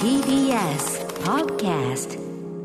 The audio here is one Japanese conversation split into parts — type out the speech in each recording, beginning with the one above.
TBS Podcast。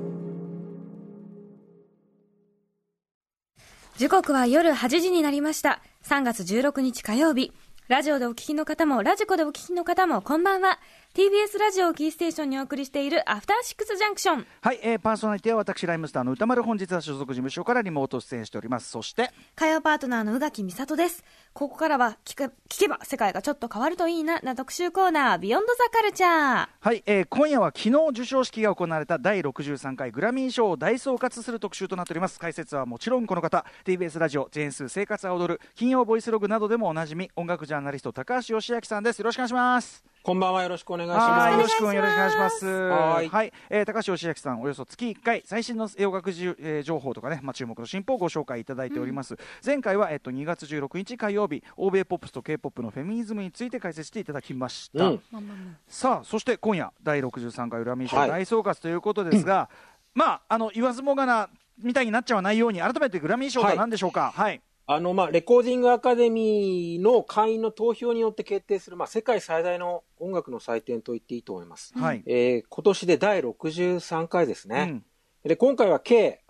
時刻は夜8時になりました。3月16日火曜日。ラジオでお聞きの方もラジコでお聞きの方もこんばんは。 TBS ラジオをキーステーションにお送りしているアフターシックスジャンクション。 はい、パーソナリティは私ライムスターの歌丸、本日は所属事務所からリモート出演しております。そして火曜パートナーの宇垣美里です。ここからは聞けば世界がちょっと変わるといいな特集コーナービヨンドザカルチャー。 はい、今夜は昨日授賞式が行われた第63回グラミー賞を大総括する特集となっております。解説はもちろんこの方、 TBS ラジオジェーンスー生活は踊る金曜ボイスログなどでもおなじみ、音楽ジャーナリスト高橋義明さんです。よろしくお願いします。 こんばんは、よろしくお願いします。 よろしくお願いします。 はい、 高橋義明さん、およそ月1回最新の洋楽情報とかね、注目の進歩をご紹介いただいております。前回は、2月16日火曜日、欧米ポップスと K-POP のフェミニズムについて解説していただきました。さあ、そして今夜第63回グラミー賞大総括ということですが、言わずもがなみたいになっちゃわないように、改めてグラミー賞とは何でしょうか。 レコーディングアカデミーの会員の投票によって決定する、世界最大の音楽の祭典と言っていいと思います。今年で第63回ですね。で、今回は計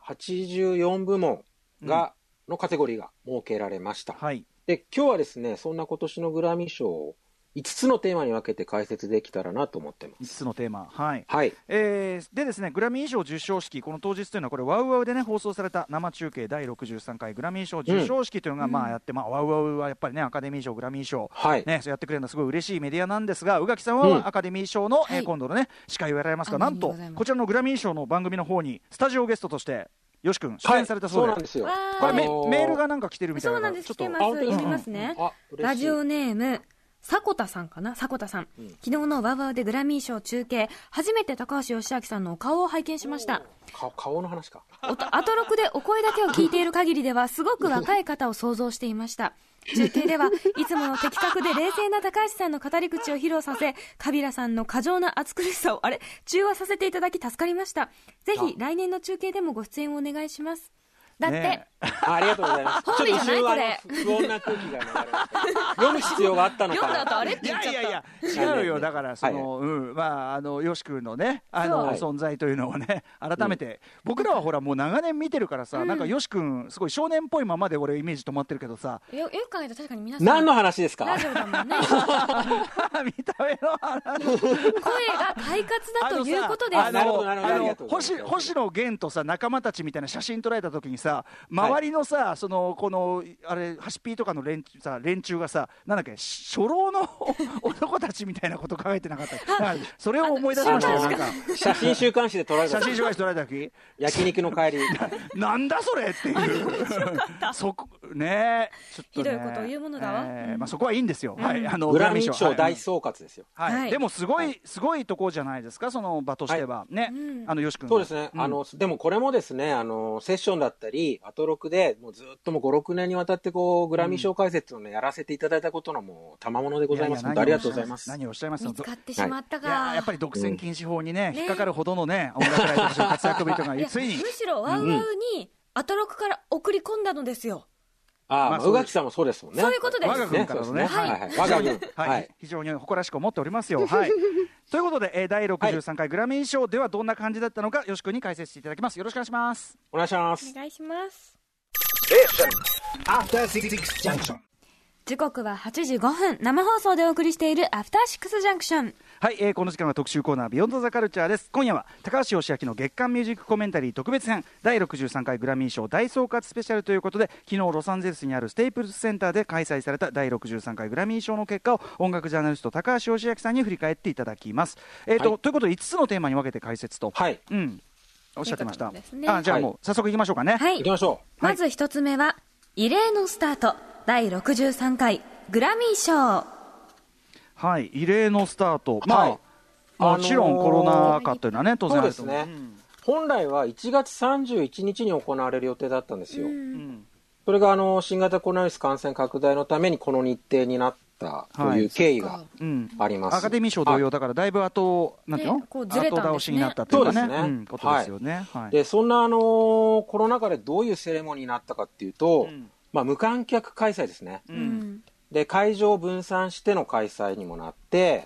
84部門のカテゴリーが設けられました。で、今日はですね、そんな今年のグラミー賞を5つのテーマに分けて解説できたらなと思ってます。 5つのテーマ、でですね、グラミー賞授賞式、この当日というのはこれワウワウでね放送された生中継第63回グラミー賞授賞式というのがやって、ワウワウはやっぱりねアカデミー賞グラミー賞、そうやってくれるのはすごい嬉しいメディアなんですが、宇垣さんはアカデミー賞の、今度のね司会をやられますが、なんとこちらのグラミー賞の番組の方にスタジオゲストとしてよし君出演されたそうで、 そうなんですよ。 これメールがなんか来てるみたいな。 そうなんです、来てます。読みますね。ラジオネーム迫田さんかな、迫田さん、昨日のワウワウでグラミー賞中継、初めて高橋義明さんのお顔を拝見しました。 顔の話か。 アトロクでお声だけを聞いている限りではすごく若い方を想像していました。中継ではいつもの的確で冷静な高橋さんの語り口を披露させ、カビラさんの過剰な暑苦しさを中和させていただき助かりました。ぜひ来年の中継でもご出演をお願いします。だって、 ありがとうございます。ちょっと一瞬不穏な空気が流れました。読む必要があったのかな。 読んだ後あれって言っちゃった。 違うよ。だからよし君のね存在というのをね改めて、僕らはほらもう長年見てるからさ、なんかよし君すごい少年っぽいままで俺イメージ止まってるけどさ、 よく考えたら確かに皆さん何の話ですか。 ラジオだもんね。 見た目の話。 声が快活だということです。 星野源とさ仲間たちみたいな写真撮られた時にさ、周りのさ、このあれハシピーとかの連中がさ、なんだっけ、初老の男たちみたいなこと考えてなかった。それを思い出しましたよ。なんか写真週刊誌で撮られた時、 焼肉の帰りなんだそれっていう。そこね、ちょっとね、 ひどいことを言うものだわ。 そこはいいんですよ。 グラミー賞大総括ですよ。 でもすごいとこじゃないですか、その場としてはね。よし君。 そうですね。でもこれもですね、セッションだったりアトロクでもうずっともう 5,6 年にわたってグラミー賞解説をねやらせていただいたことのもう賜物でございます。本当ありがとうございます。 何をおっしゃいます。 見つかってしまったか。 やっぱり独占禁止法にね引っかかるほどのね音楽ライターとして活躍ぶりとかついにむしろワウワウにアトロクから送り込んだのですよ。 宇垣さんもそうですもんね。 そういうことです。 我が軍からのね、 我が軍、 非常に誇らしく思っておりますよ。ということで、第63回グラミー賞ではどんな感じだったのか、よし君に解説していただきます。よろしくお願いします。 お願いします。 お願いします。時刻は8時5分、生放送でお送りしているアフターシックスジャンクション。 この時間は特集コーナービヨンドザカルチャーです。今夜は高橋義明の月間ミュージックコメンタリー特別編第63回グラミー賞大総括スペシャルということで、昨日ロサンゼルスにあるステイプルスセンターで開催された第63回グラミー賞の結果を音楽ジャーナリスト高橋義明さんに振り返っていただきます。ということで5つのテーマに分けて解説と、おっしゃってました。じゃあもう早速いきましょうかね。 行きましょう。まず一つ目は異例のスタート、第63回グラミー賞。 異例のスタート。もちろんコロナ禍というのはね当然あると思う。 そうですね。本来は1月31日に行われる予定だったんですよ。それが新型コロナウイルス感染拡大のためにこの日程になったという経緯があります。 アカデミー賞同様だからだいぶ後倒しになったというかね、ことですよね。 でそんなコロナ禍でどういうセレモニーになったかっていうと、無観客開催ですね。 で会場を分散しての開催にもなって、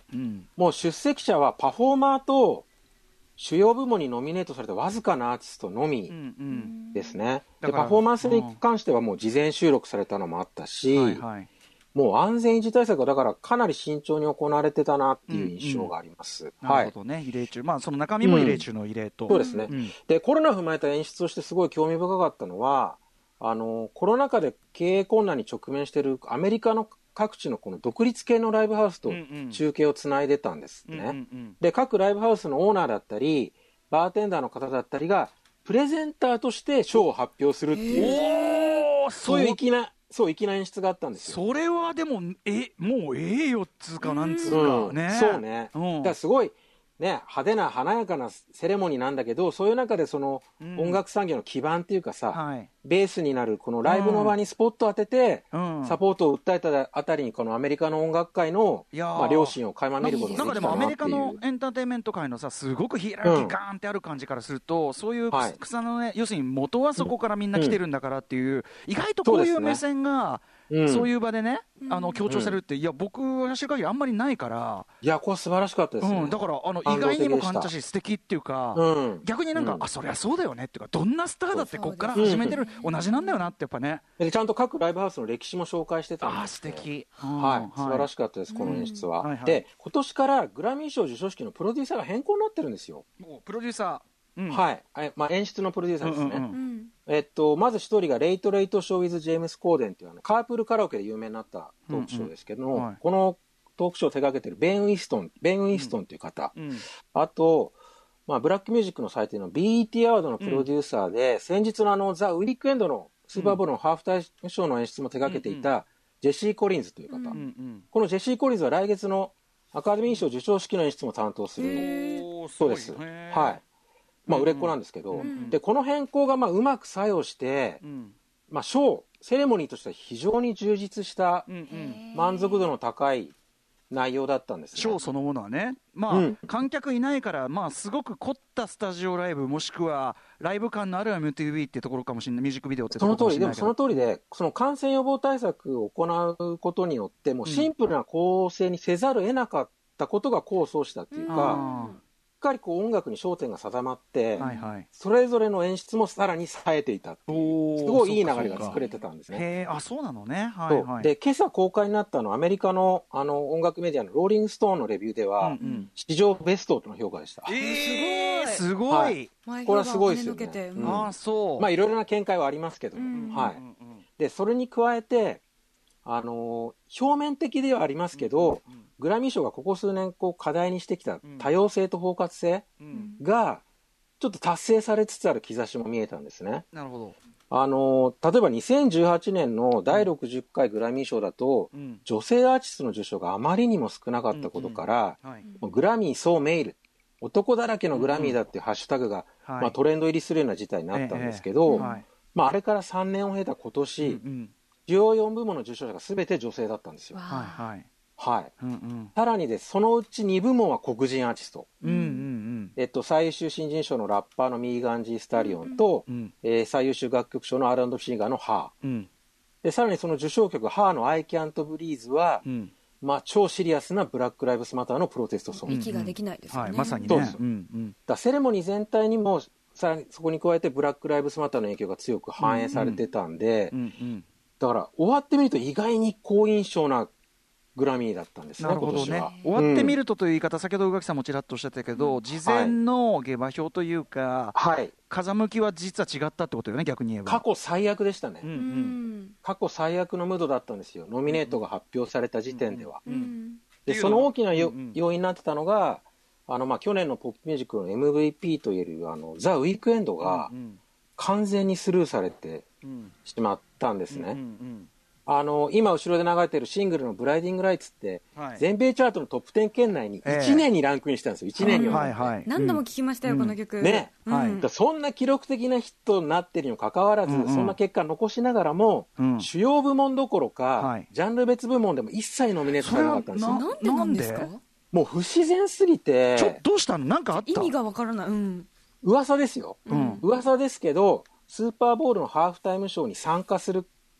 もう出席者はパフォーマーと主要部門にノミネートされたわずかなアーティストのみですね。でパフォーマンスに関してはもう事前収録されたのもあったし、もう安全維持対策がだからかなり慎重に行われてたなっていう印象があります。 なるほどね、異例中、その中身も異例中の異例と、 そうですね。でコロナを踏まえた演出としてすごい興味深かったのは、コロナ禍で経営困難に直面しているアメリカの各地のこの独立系のライブハウスと中継をつないでたんですね。で各ライブハウスのオーナーだったりバーテンダーの方だったりがプレゼンターとしてショーを発表するっていう、そういう粋な演出があったんですよ。 それはでももうよっつうかなんつうかね、 そうね、だからすごいね、派手な華やかなセレモニーなんだけど、そういう中でその音楽産業の基盤っていうかさ、ベースになるこのライブの場にスポット当てて、サポートを訴えたあたりにこのアメリカの音楽界の良心を垣間見ることができたなっていう。 なんかでもアメリカのエンターテインメント界のさ、すごくヒエラルキーガーンってある感じからすると、そういう草のね、要するに元はそこからみんな来てるんだからっていう、意外とこういう目線がそういう場でね、強調されるって、いや僕は知る限りあんまりないから、 いやこれは素晴らしかったですね。 だから意外にも感じたし素敵っていうか、逆になんか、そりゃそうだよねっていうか、どんなスターだってこっから始めてる、同じなんだよなってやっぱね。 でちゃんと各ライブハウスの歴史も紹介してたんです。 素敵。 素晴らしかったです、この演出は。で今年からグラミー賞授賞式のプロデューサーが変更になってるんですよ。 プロデューサー、 演出のプロデューサーですね。まず一人がレイトレイトショーウィズジェームス・コーデンっていうカープールカラオケで有名になったトークショーですけども、このトークショーを手掛けてるベン・ウィストンっていう方、あと、ブラックミュージックの祭典の BET アワードのプロデューサーで、先日のザ・ウィークエンドのスーパーボールのハーフタイムショーの演出も手掛けていたジェシー・コリンズという方、このジェシー・コリンズは来月のアカデミー賞授賞式の演出も担当するそうです。売れっ子なんですけど、でこの変更がうまく作用して、ショーセレモニーとしては非常に充実した満足度の高い内容だったんですね。 ショーそのものはね、観客いないから、すごく凝ったスタジオライブもしくはライブ感のある MTV ってところかもしれない、ミュージックビデオってところかもしれないけど、 その通りで、その感染予防対策を行うことによってもうシンプルな構成にせざるを得なかったことが功を奏したっていうか、しっかり音楽に焦点が定まって、それぞれの演出もさらに冴えていたっていう、すごいいい流れが作れてたんですね。 そうなのね。 で今朝公開になったアメリカの音楽メディアのローリングストーンのレビューでは、史上ベストの評価でした。 すごい、 これはすごいですよね。いろいろな見解はありますけど、でそれに加えて表面的ではありますけど、グラミー賞がここ数年課題にしてきた多様性と包括性がちょっと達成されつつある兆しも見えたんですね。 なるほど。 例えば2018年の第60回グラミー賞だと、女性アーティストの受賞があまりにも少なかったことから、グラミー総メール、男だらけのグラミーだっていうハッシュタグが、トレンド入りするような事態になったんですけど、あれから3年を経た今年、主要4部門の受賞者が全て女性だったんですよ。さらにです、そのうち2部門は黒人アーティスト、最優秀新人賞のラッパーのミーガン・ジー・スタリオンと、最優秀楽曲賞の R&B シンガーのハー、でさらにその受賞曲ハーの I Can't Breathe は、超シリアスなブラック・ライブスマターのプロテストソング、 息ができないですよね。 まさにね。だセレモニー全体にもさらにそこに加えてブラック・ライブスマターの影響が強く反映されてたんで、だから終わってみると意外に好印象なグラミーだったんですね。 なるほどね。終わってみるとという言い方、先ほど宇垣さんもちらっとおっしゃったけど、事前の下馬評というか、風向きは実は違ったってことよね、逆に言えば。 過去最悪でしたね。過去最悪のムードだったんですよ、ノミネートが発表された時点では。でその大きな要因になってたのが、去年のポップミュージックの MVP といえるザ・ウィークエンドが完全にスルーされてしまったんですね。今後ろで流れてるシングルのブライディングライツって、全米チャートのトップ10圏内に1年にランクインしたんですよ。1年には何度も聞きましたよ、この曲ね。そんな記録的なヒットになってるにもかかわらず、そんな結果残しながらも、主要部門どころか、ジャンル別部門でも一切ノミネートされなかったんですよ。 なんでなんですか？ もう不自然すぎて。 どうしたの？なんかあった？ 意味がわからない。 噂ですよ。噂ですけど、スーパーボウルのハーフタイムショーに参加する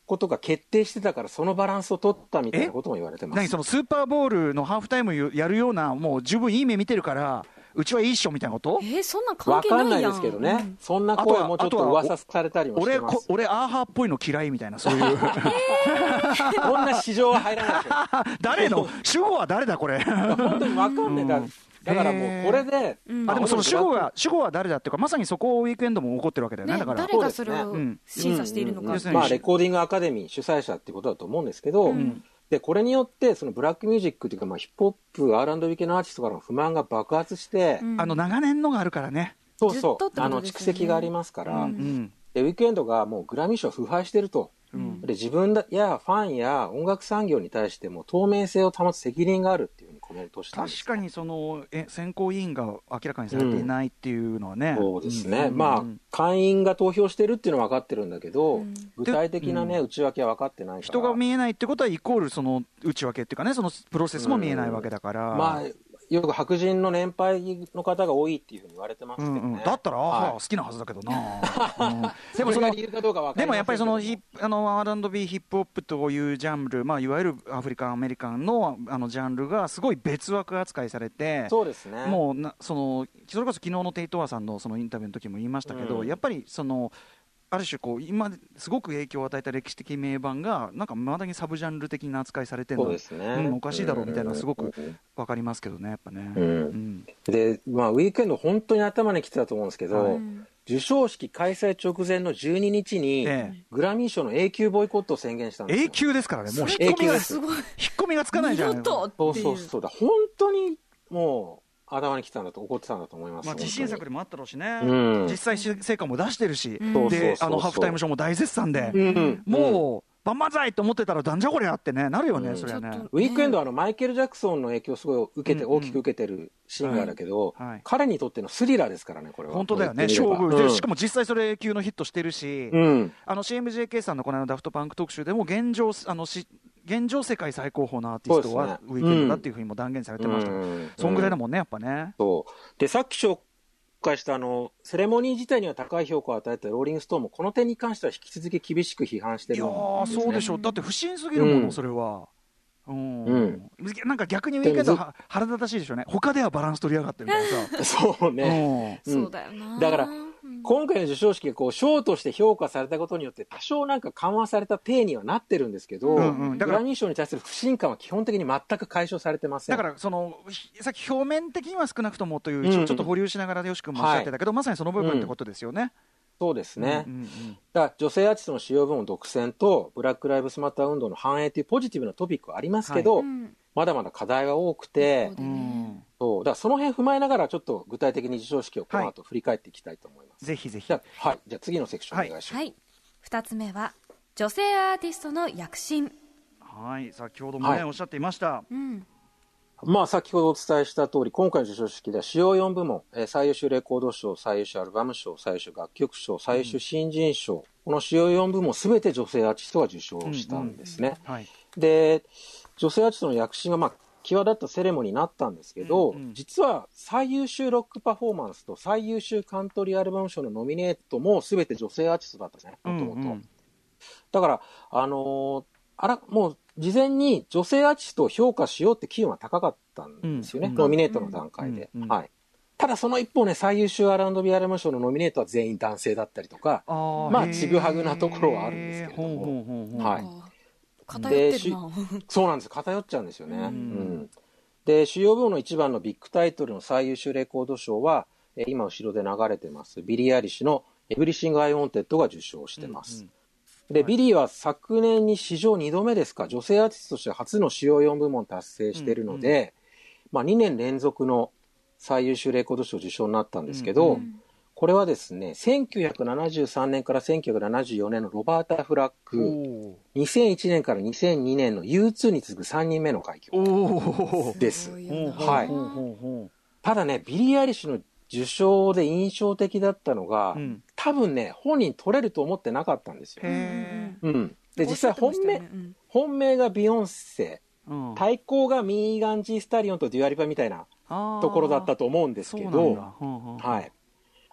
ことが決定してたからそのバランスを取ったみたいなことも言われてます。 何そのスーパーボウルのハーフタイムやるような、もう十分いい目見てるからうちはいいっしょみたいなこと？ そんな関係ないやん。 わかんないですけどね、そんな声もちょっと噂されたりもしてます。 俺アーハーっぽいの嫌いみたいな、そういうこんな市場は入らないでしょ誰の主語は誰だこれ本当にわかんない。だからもうこれで、 でもその主語は誰だっていうか、まさにそこをウィークエンドも起こってるわけだよね。だから誰がそれを審査しているのか、 まあレコーディングアカデミー主催者ってことだと思うんですけど、でこれによってそのブラックミュージックっていうか、まあヒップホップ R&B 系のアーティストからの不満が爆発して、 長年のがあるからね。 そうそう、蓄積がありますから、でウィークエンドがもうグラミー賞を腐敗してると。で自分やファンや音楽産業に対しても透明性を保つ責任があるっていうふうにコメントしたんです。 確かにその選考委員が明らかにされていないっていうのはね、 そうですね、まあ会員が投票してるっていうのは分かってるんだけど、具体的なね、内訳は分かってないから、 人が見えないってことはイコールその内訳っていうかね、そのプロセスも見えないわけだから、 まあよく白人の年配の方が多いっていうふうに言われてますけどね。 だったら好きなはずだけどなでもそれが理由かどうか分かりませんけど、 でもやっぱりそのR&B ヒップホップというジャンル、まあ、いわゆるアフリカンアメリカンのジャンルがすごい別枠扱いされて、 そうですね、 もうそれこそ昨日のテイトワさんのそのインタビューの時も言いましたけど、やっぱりそのある種こう今すごく影響を与えた歴史的名盤がなんかまだにサブジャンル的な扱いされてるの、 そうですね、 おかしいだろうみたいなのすごく分かりますけどね、やっぱね。 で、まあ、ウィークエンド本当に頭にきてたと思うんですけど、授賞式開催直前の12日にグラミー賞の永久ボイコットを宣言したんですよ。 永久ですからね、もう永久です。 引っ込みがつかないじゃないですか。 そうだ、本当にもう頭に来たんだと、怒ってたんだと思います。 まあ、自信作でもあったろうしね、実際成果も出してるし、でハーフタイムショーも大絶賛で、もう万々歳と思ってたらなんじゃこりゃってね、なるよね、それはね。 ウィークエンドはマイケル・ジャクソンの影響をすごい大きく受けてるシーンがあるけど、彼にとってのスリラーですからね、これは。 本当だよね、勝負で、しかも実際それ級のヒットしてるし、CMJK さんのこの間ダフトパンク特集でも現状世界最高峰のアーティストはウィークエンドだっていうふうにも断言されてました、そんぐらいだもんね、やっぱね。 そうで、さっき紹介したセレモニー自体には高い評価を与えたローリングストーンもこの点に関しては引き続き厳しく批判してるんですね。 いやそうでしょう、だって不審すぎるもの、それは。なんか逆にウィークエンドは腹立たしいでしょうね、他ではバランス取りやがってるからさそうね、 そうだよな。 だから今回の授賞式がこう賞として評価されたことによって多少なんか緩和された体にはなってるんですけど、グラミー賞に対する不信感は基本的に全く解消されてません。 だからさっき表面的には少なくともという、ちょっと保留しながらよし君もおっしゃってたけど、まさにその部分ってことですよね。 そうですね、だから女性アーティストの使用部門独占とブラック・ライブスマター運動の反映というポジティブなトピックはありますけど、まだまだ課題が多くて、だからその辺踏まえながらちょっと具体的に授賞式をこの後振り返っていきたいと思います。 ぜひぜひ。 じゃあ次のセクションお願いします。 2つ目は女性アーティストの躍進。 先ほどもね、おっしゃっていました。 まあ先ほどお伝えした通り、今回の授賞式では主要4部門、最優秀レコード賞、最優秀アルバム賞、最優秀楽曲賞、最優秀新人賞、この主要4部門すべて女性アーティストが受賞したんですね。で、女性アーティストの躍進が際立ったセレモニーになったんですけど、実は最優秀ロックパフォーマンスと最優秀カントリーアルバム賞のノミネートもすべて女性アーティストだったんですね、もともと。だからもう事前に女性アーティストを評価しようって機運は高かったんですよね、ノミネートの段階で。ただその一方ね、最優秀 R&B アルバム賞のノミネートは全員男性だったりとか、ちぐはぐなところはあるんですけれども、 偏ってるな。 そうなんです、偏っちゃうんですよね。で、主要部門の一番のビッグタイトルの最優秀レコード賞は、今後ろで流れてますビリー・アイリッシュのエブリシング・アイ・ウォンテッドが受賞してます。で、ビリーは昨年に史上2度目ですか、女性アーティストとして初の主要4部門達成しているので、2年連続の最優秀レコード賞受賞になったんですけど、これはですね、1973年から1974年のロバータ・フラッグ、2001年から2002年の U2 に次ぐ3人目の快挙です。ただね、ビリー・アイリッシュの受賞で印象的だったのが、多分ね、本人取れると思ってなかったんですよ。で、実際本命がビヨンセ、対抗がミーガン・ジー・スタリオンとデュアリパみたいなところだったと思うんですけど、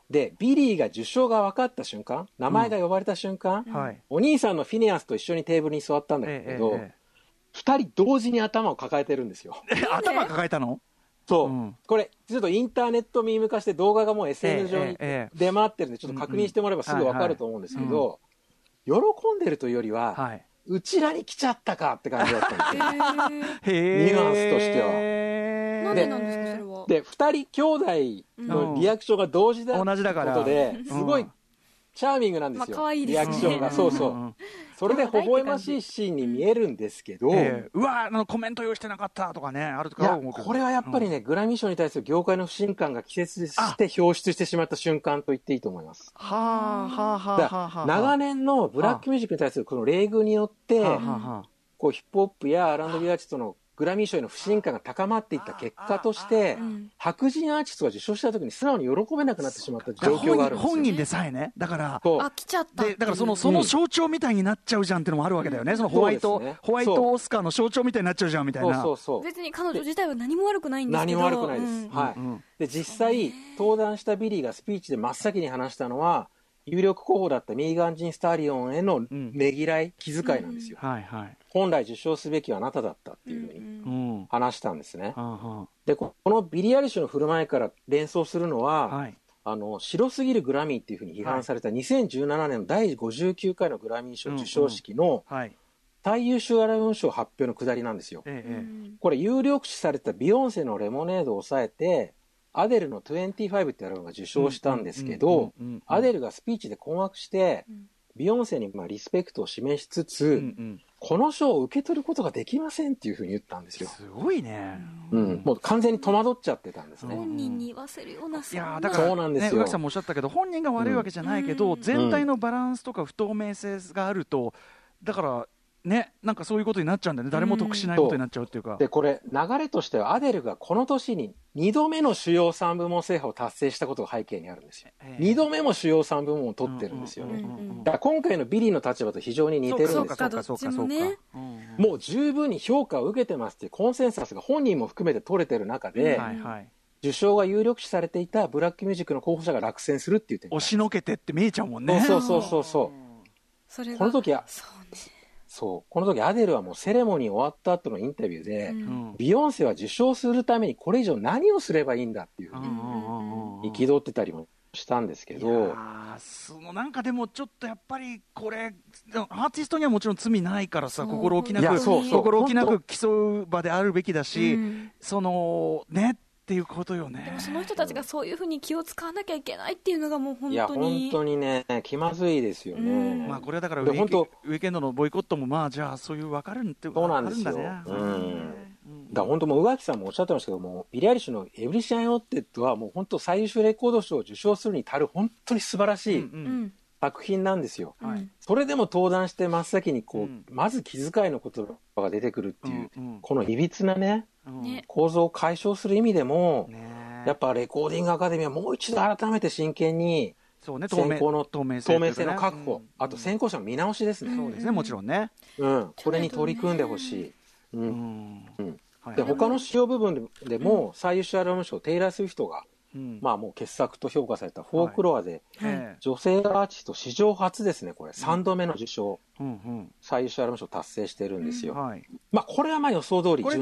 で、ビリーが受賞が分かった瞬間、名前が呼ばれた瞬間、お兄さんのフィネアスと一緒にテーブルに座ったんだけど、2人同時に頭を抱えてるんですよ。 頭抱えたの？ そう、これちょっとインターネットミーム化して動画がもう SN 上に出回ってるんで、ちょっと確認してもらえばすぐ分かると思うんですけど、喜んでるというよりは、うちらに来ちゃったかって感じだったんですよ。ニュアンスとしては。 なんでなんですか、それは。 で、2人兄弟のリアクションが同時だってことで、すごいチャーミングなんですよ。 可愛いですね。 リアクションが。そうそう。それで微笑ましいシーンに見えるんですけど、 うわコメント用意してなかったとかね、あるとか思うけど、 これはやっぱりね、グラミー賞に対する業界の不信感が季節して表出してしまった瞬間と言っていいと思います。長年のブラックミュージックに対するこの冷遇によって、こうヒップホップや R&B アーティストのグラミー賞への不信感が高まっていった結果として、白人アーティストが受賞した時に素直に喜べなくなってしまった状況があるんですよ。 本人でさえね、だから来ちゃっただからその象徴みたいになっちゃうじゃんっていうのもあるわけだよね。そのホワイトオスカーの象徴みたいになっちゃうじゃんみたいな。 別に彼女自体は何も悪くないんですけど。 何も悪くないです。で実際登壇したビリーがスピーチで真っ先に話したのは、有力候補だったミーガン・ジン・スタリオンへのねぎらい、気遣いなんですよ。本来受賞すべきはあなただったっていうふうに話したんですね。でこのビリー・アイリッシュの振る舞いから連想するのは、白すぎるグラミーっていうふうに批判された2017年の第59回のグラミー賞授賞式の最優秀アルバム賞発表のくだりなんですよ。これ有力視されたビヨンセのレモネードを抑えてアデルの25ってアルバムが受賞したんですけど、アデルがスピーチで困惑してビヨンセにリスペクトを示しつつ、この賞を受け取ることができませんっていうふうに言ったんですよ。 すごいね。 もう完全に戸惑っちゃってたんですね。 本人に言わせるような。 いやだからそうなんですよ。 宇垣さんもおっしゃったけど、本人が悪いわけじゃないけど、全体のバランスとか不透明性があると、だからね、なんかそういうことになっちゃうんだよね。誰も得しないことになっちゃうっていうか。 でこれ流れとしてはアデルがこの年に2度目の主要3部門制覇を達成したことが背景にあるんですよ。2度目も主要3部門を取ってるんですよね。だから今回のビリーの立場と非常に似てるんですよ。もう十分に評価を受けてますっていうコンセンサスが本人も含めて取れてる中で、受賞が有力視されていたブラックミュージックの候補者が落選するっていう点、 押しのけてって見えちゃうもんね。 そうこの時はこの時アデルはもうセレモニー終わった後のインタビューで、ビヨンセは受賞するためにこれ以上何をすればいいんだっていうふうに憤ってたりもしたんですけど、 なんかでもちょっとやっぱりこれアーティストにはもちろん罪ないからさ、心置きなく競う場であるべきだし、そのねっていうことよね。 でもその人たちがそういうふうに気を使わなきゃいけないっていうのがもう本当に、 いや本当にね気まずいですよね。 これはだからウィーケンドのボイコットもじゃあそういう分かるってそうなんですよ。だから本当もう宇垣さんもおっしゃってましたけども、ビリー・アイリッシュのエブリシャン・オッテッドはもう本当最優秀レコード賞を受賞するに足る本当に素晴らしい作品なんですよ。それでも登壇して真っ先にまず気遣いの言葉が出てくるっていう、このいびつなね構造を解消する意味でも、やっぱレコーディングアカデミーはもう一度改めて真剣に選考の透明性の確保、あと選考者の見直しですね。 そうですね、もちろんね。 これに取り組んでほしい。で他の主要部分でも最優秀アルバム賞テイラー・スウィフトがもう傑作と評価されたフォークロアで、女性アーティスト史上初ですね、これ3度目の受賞、最優秀アルバム賞達成してるんですよ。これは予想通り順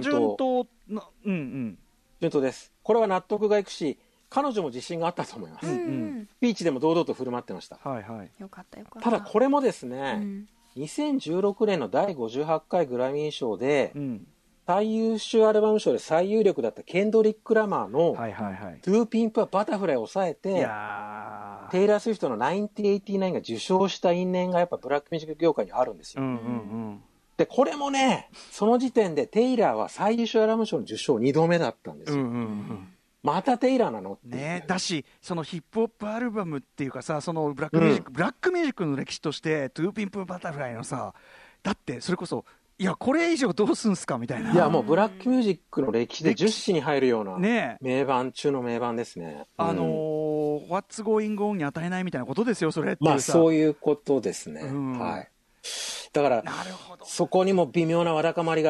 当です。これは納得がいくし、彼女も自信があったと思います。スピーチでも堂々と振る舞ってました。 よかったよかった。 ただこれもですね、2016年の第58回グラミー賞で、最優秀アルバム賞で最有力だったケンドリック・ラマーの「トゥーピンプはバタフライ」を抑えて、テイラー・スウィフトの1989が受賞した因縁がやっぱブラックミュージック業界にあるんですよ。でこれもね、その時点でテイラーは最優秀アルバム賞の受賞2度目だったんですよ。またテイラーなのってね。だしそのヒップホップアルバムっていうかさ、そのブラックミュージックの歴史としてトゥーピンプバタフライのさ、だってそれこそいやこれ以上どうすんすかみたいな。 いやもうブラックミュージックの歴史で10に入るような名盤中の名盤ですね。 What's Going On に与えないみたいなことですよ、それっていうさ。 そういうことですね。だからそこにも微妙なわだかまりが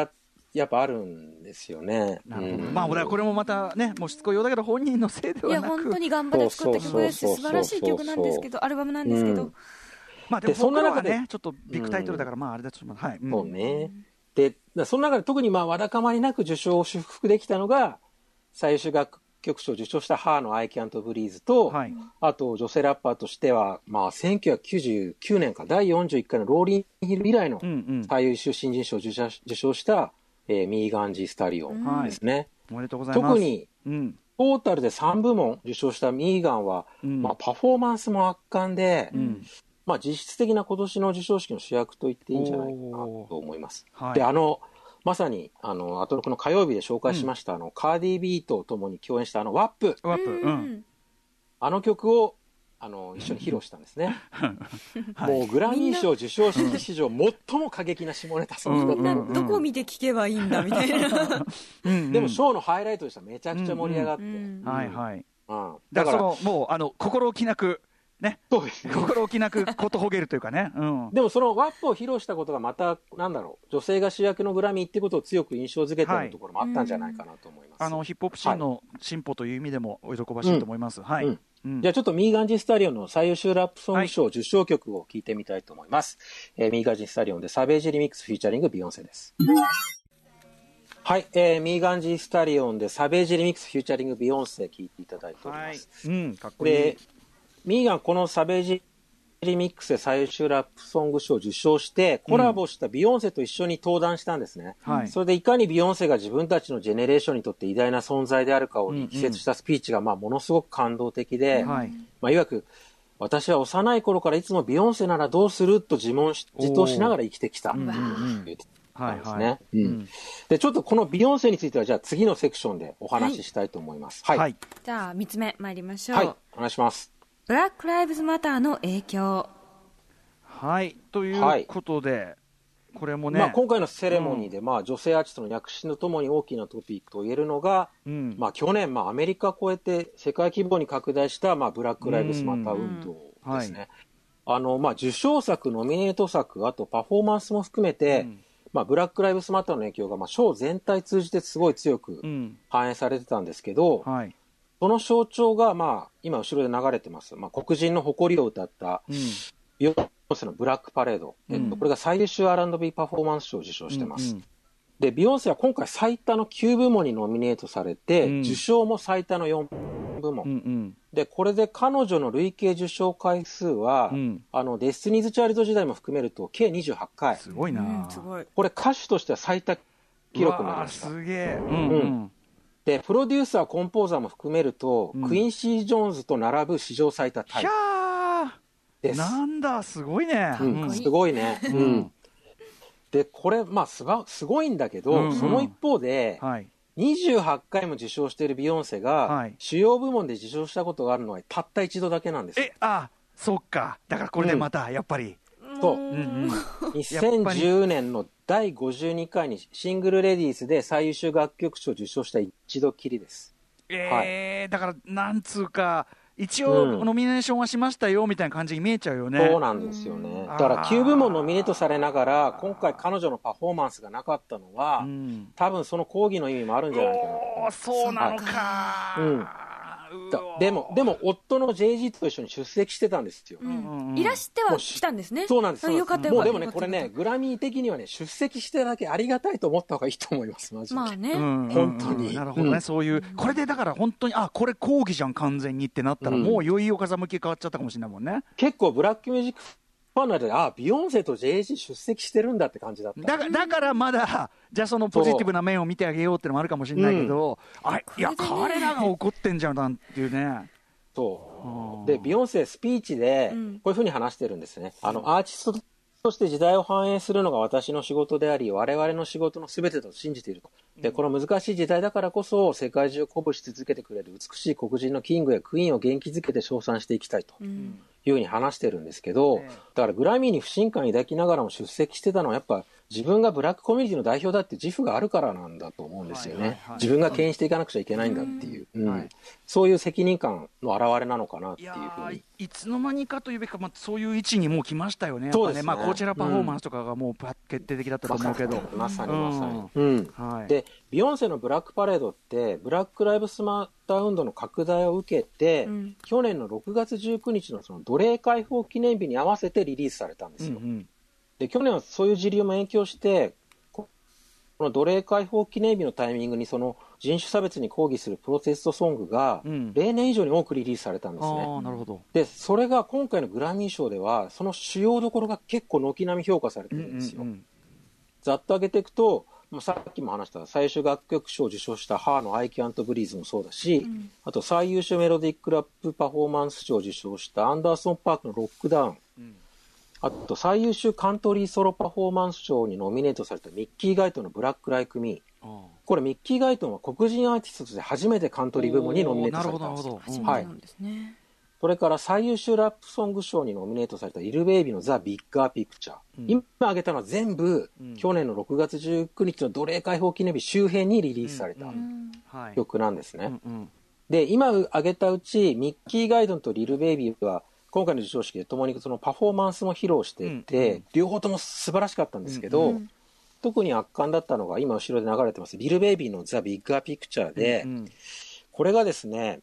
やっぱあるんですよね。 なるほど。まあこれもまたね、もうしつこいようだけど本人のせいではなく、いや本当に頑張って作った曲ですし、素晴らしい曲なんですけど、アルバムなんですけど、 まあでもそんな中でちょっとビッグタイトルだから、まああれだと思います。はい。 そうね。で、その中で特にわだかまりなく受賞を祝福できたのが、最優秀楽曲賞を受賞したハーの I Can't Breathe と、はい、あと女性ラッパーとしては、1999年か第41回のローリンヒル以来の最優秀新人賞を受賞した、ミーガン・ジー・スタリオンですね。 おめでとうございます。 特に、トータルで3部門受賞したミーガンは、パフォーマンスも圧巻で、実質的な今年の授賞式の主役と言っていいんじゃないかなと思います。はい、で、まさに、アトロクの火曜日で紹介しました、カーディー・ビーと共に共演したワップ。あの曲を、一緒に披露したんですね。はい、もうグラミー賞授賞式史上最も過激な下ネタソングだった。 どこ見て聴けばいいんだみたいな。 でもショーのハイライトでした。めちゃくちゃ盛り上がって。 はいはい。だからもう心置きなく。ね、そうですね、心置きなくことほげるというかね、 でもそのワップを披露したことがまた女性が主役のグラミーっていうことを強く印象づけてるところもあったんじゃないかなと思います、 ヒップホップシーンの進歩という意味でもお喜ばしいと思います。じゃあちょっとミーガン・ジー・スタリオンの最優秀ラップソング賞受賞曲を聴いてみたいと思います、ミーガン・ジー・スタリオンでサベージリミックスフィーチャリングビヨンセです。はい、ミーガン・ジー・スタリオンでサベージリミックスフューチャリングビヨンセ聴いていただいております、 かっこいい。でミーガンこのサベージリミックスで最優秀ラップソング賞を受賞してコラボしたビヨンセと一緒に登壇したんですね、それでいかにビヨンセが自分たちのジェネレーションにとって偉大な存在であるかを力説したスピーチがものすごく感動的で、いわく私は幼い頃からいつもビヨンセならどうすると自答しながら生きてきたと言ってたんですね。でちょっとこのビヨンセについてはじゃあ次のセクションでお話ししたいと思います。 じゃあ3つ目参りましょう。 お願いします。 ブラック・ライブズ・マターの影響。 ということで、これもね、 今回のセレモニーで、女性アーティストの躍進とともに大きなトピックと言えるのが、去年、アメリカを超えて世界規模に拡大した、ブラック・ライブズ・マター運動ですね。受賞作、ノミネート作、あとパフォーマンスも含めて、ブラック・ライブズ・マターの影響が、賞全体通じてすごい強く反映されてたんですけど、その象徴が、今後ろで流れてます。黒人の誇りを歌った、ビヨンセのブラックパレード。これが最優秀 R&B パフォーマンス賞を受賞してます。で、ビヨンセは今回最多の9部門にノミネートされて、受賞も最多の4部門。で、これで彼女の累計受賞回数は、デスティニーズ・チャイルド時代も含めると計28回。 すごいな。 これ歌手としては最多記録になりました。 すげえ。 でプロデューサーコンポーザーも含めると、クインシー・ジョーンズと並ぶ史上最多タイです。 なんだすごいね、 すごいね、でこれすごいんだけど、その一方で、28回も受賞しているビヨンセが、主要部門で受賞したことがあるのはたった一度だけなんです。 そっか、だからこれでまたやっぱり、 2010年の第52回にシングルレディースで最優秀楽曲賞を受賞した一度きりです。 だからなんつうか一応ノミネーションはしましたよみたいな感じに見えちゃうよね。 そうなんですよね。だから9部門ノミネートされながら今回彼女のパフォーマンスがなかったのは、多分その抗議の意味もあるんじゃないかなと。 そうなのか。 でも夫の JG と一緒に出席してたんですよ。 いらしては来たんですね。 そうなんです。 よかったよ。 もうでもね、これね、グラミー的にはね、出席してるだけありがたいと思った方がいいと思います。マジで。本当に。 なるほどね、そういうこれでだから本当にこれ抗議じゃん完全にってなったら、もういよいよ風向き変わっちゃったかもしれないもんね。 結構ブラックミュージックファンの間でビヨンセと JG 出席してるんだって感じだった。 だからまだじゃあそのポジティブな面を見てあげようってのもあるかもしれないけど、いや彼らが怒ってんじゃんなんていうね。 でビヨンセスピーチでこういうふうに話してるんですね。アーティストとして時代を反映するのが私の仕事であり、我々の仕事の全てと信じていると。でこの難しい時代だからこそ世界中を鼓舞し続けてくれる美しい黒人のキングやクイーンを元気づけて称賛していきたいというふうに話してるんですけど、だからグラミーに不信感を抱きながらも出席してたのはやっぱ自分がブラックコミュニティの代表だって自負があるからなんだと思うんですよね。自分が牽引していかなくちゃいけないんだっていう、そういう責任感の表れなのかなっていうふうに。 いつの間にかというべきか、そういう位置にもう来ましたよね。 そうですね。 コーチェラパフォーマンスとかがもう決定的だったと思うけど、 まさに、でビヨンセのブラックパレードってブラックライブスマター運動の拡大を受けて、去年の6月19日のその奴隷解放記念日に合わせてリリースされたんですよ。で去年はそういう時流も影響して、この奴隷解放記念日のタイミングにその人種差別に抗議するプロテストソングが例年以上に多くリリースされたんですね。 なるほど。 でそれが今回のグラミー賞ではその主要どころが結構軒並み評価されてるんですよ。ざっと挙げていくと、さっきも話した最終楽曲賞を受賞したハーの I Can't Breathe もそうだし、あと最優秀メロディックラップパフォーマンス賞を受賞したアンダーソン・パークのロックダウン、あと最優秀カントリーソロパフォーマンス賞にノミネートされたミッキー・ガイトンのブラック・ライク・ミー。これミッキー・ガイトンは黒人アーティストとして初めてカントリー部門にノミネートされたんですよ。それから最優秀ラップソング賞にノミネートされたイル・ベイビーのザ・ビッガー・ピクチャー、今挙げたのは全部、去年の6月19日の奴隷解放記念日周辺にリリースされた曲なんですね。で今挙げたうちミッキー・ガイトンとリル・ベイビーは今回の授賞式で共にそのパフォーマンスも披露していて、両方とも素晴らしかったんですけど、特に圧巻だったのが今後ろで流れてますリル・ベイビーのザ・ビッガー・ピクチャーで、これがですね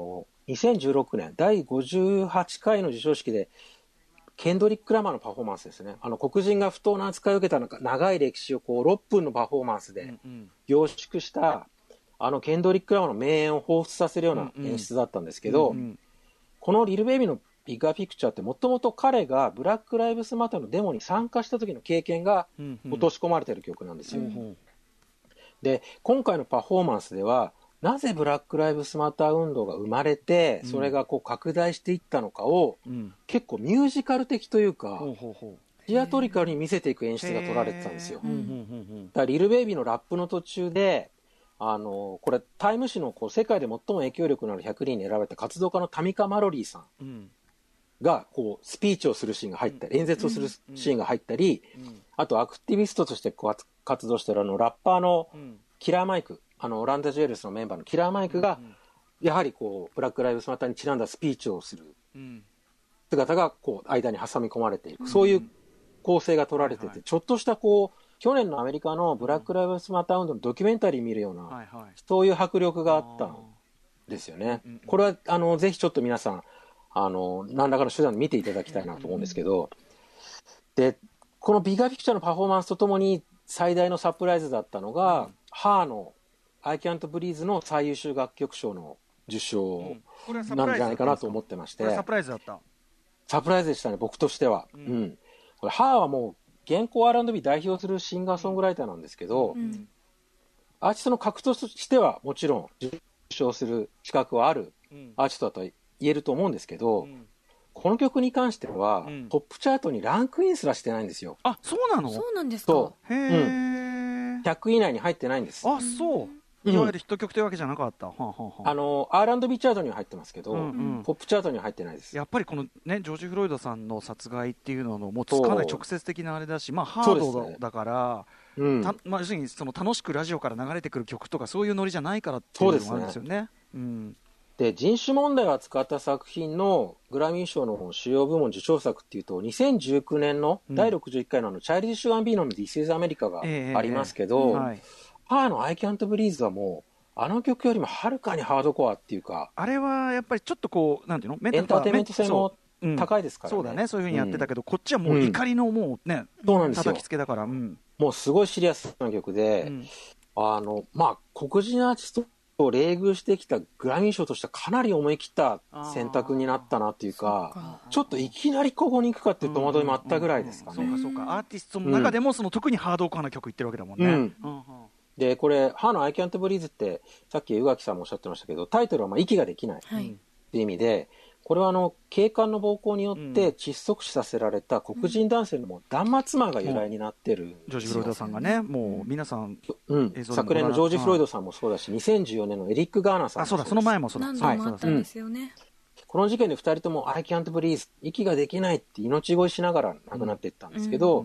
2016年第58回の授賞式でケンドリック・ラマーのパフォーマンスですね。黒人が不当な扱いを受けた長い歴史をこう6分のパフォーマンスで凝縮したケンドリック・ラマーの名演を彷彿させるような演出だったんですけど、このリル・ベイビーのビッガーピクチャーってもともと彼がブラック・ライブスマターのデモに参加した時の経験が落とし込まれている曲なんですよ。で今回のパフォーマンスではなぜブラック・ライブスマター運動が生まれてそれがこう拡大していったのかを、結構ミュージカル的というかティアトリカルに見せていく演出が取られてたんですよ。だからリル・ベイビーのラップの途中でこれタイム誌のこう世界で最も影響力のある100人に選ばれた活動家のタミカ・マロリーさんがこうスピーチをするシーンが入ったり演説をするシーンが入ったり、あとアクティビストとして活動しているラッパーのキラーマイク、オランダ・ジュエルスのメンバーのキラーマイクがやはりこうブラック・ライブスマターにちなんだスピーチをする姿がこう間に挟み込まれていく、そういう構成が取られてて、ちょっとしたこう去年のアメリカのブラック・ライブスマター運動のドキュメンタリー見るような、そういう迫力があったんですよね。これはぜひちょっと皆さん何らかの手段で見ていただきたいなと思うんですけど、でこのビガーピクチャーのパフォーマンスとともに最大のサプライズだったのが、ハーの I Can't Breathe の最優秀楽曲賞の受賞なんじゃないかなと思ってまして、 これサプライズだった。 サプライズでしたね、僕としては。これハーはもう現行 R&B 代表するシンガーソングライターなんですけど、アーティストの格としてはもちろん受賞する資格はあるアーティストだと言えると思うんですけど、この曲に関しては、トップチャートにランクインすらしてないんですよ。 あ、そうなの？ そうなんですか。 へー。 100位以内に入ってないんです。 あ、そう。いわゆるヒット曲というわけじゃなかった。 R&B チャートには入ってますけど、ポップチャートには入ってないです。 やっぱりこのねジョージ・フロイドさんの殺害っていうののもうかなり直接的なあれだし、まあハードだから、まあ要するにその楽しくラジオから流れてくる曲とかそういうノリじゃないからっていうのがあるんですよね。 で人種問題を扱った作品のグラミー賞の主要部門受賞作っていうと2019年の第61回のチャイルディッシュ・ガンビーノの This is America がありますけど、ハーの I Can't Breathe はもう曲よりもはるかにハードコアっていうか、 あれはやっぱりちょっとこうなんていうのエンターテインメント性も高いですからね。 そうだね、そういう風にやってたけど、こっちはもう怒りのもうね、叩きつけだから、もうすごいシリアスな曲で、まあ黒人アーティストを冷遇してきたグラミー賞としてはかなり思い切った選択になったなっていうか、ちょっといきなりここに行くかっていう戸惑いもあったぐらいですかね。 そうかアーティストの中でもその特にハードコアな曲言ってるわけだもんね。 でこれハーの I Can't Breathe ってさっき宇垣さんもおっしゃってましたけど、タイトルはまあ息ができないっていう意味で、これは警官の暴行によって窒息死させられた黒人男性の断末魔が由来になってるんですよ。 ジョージ・フロイドさんがね、もう皆さん、 昨年のジョージ・フロイドさんもそうだし、2014年のエリック・ガーナーさんもそうです。 その前もそうだ。 何度もあったんですよね。 この事件で2人とも I can't breathe 息ができないって命乞いしながら亡くなっていったんですけど、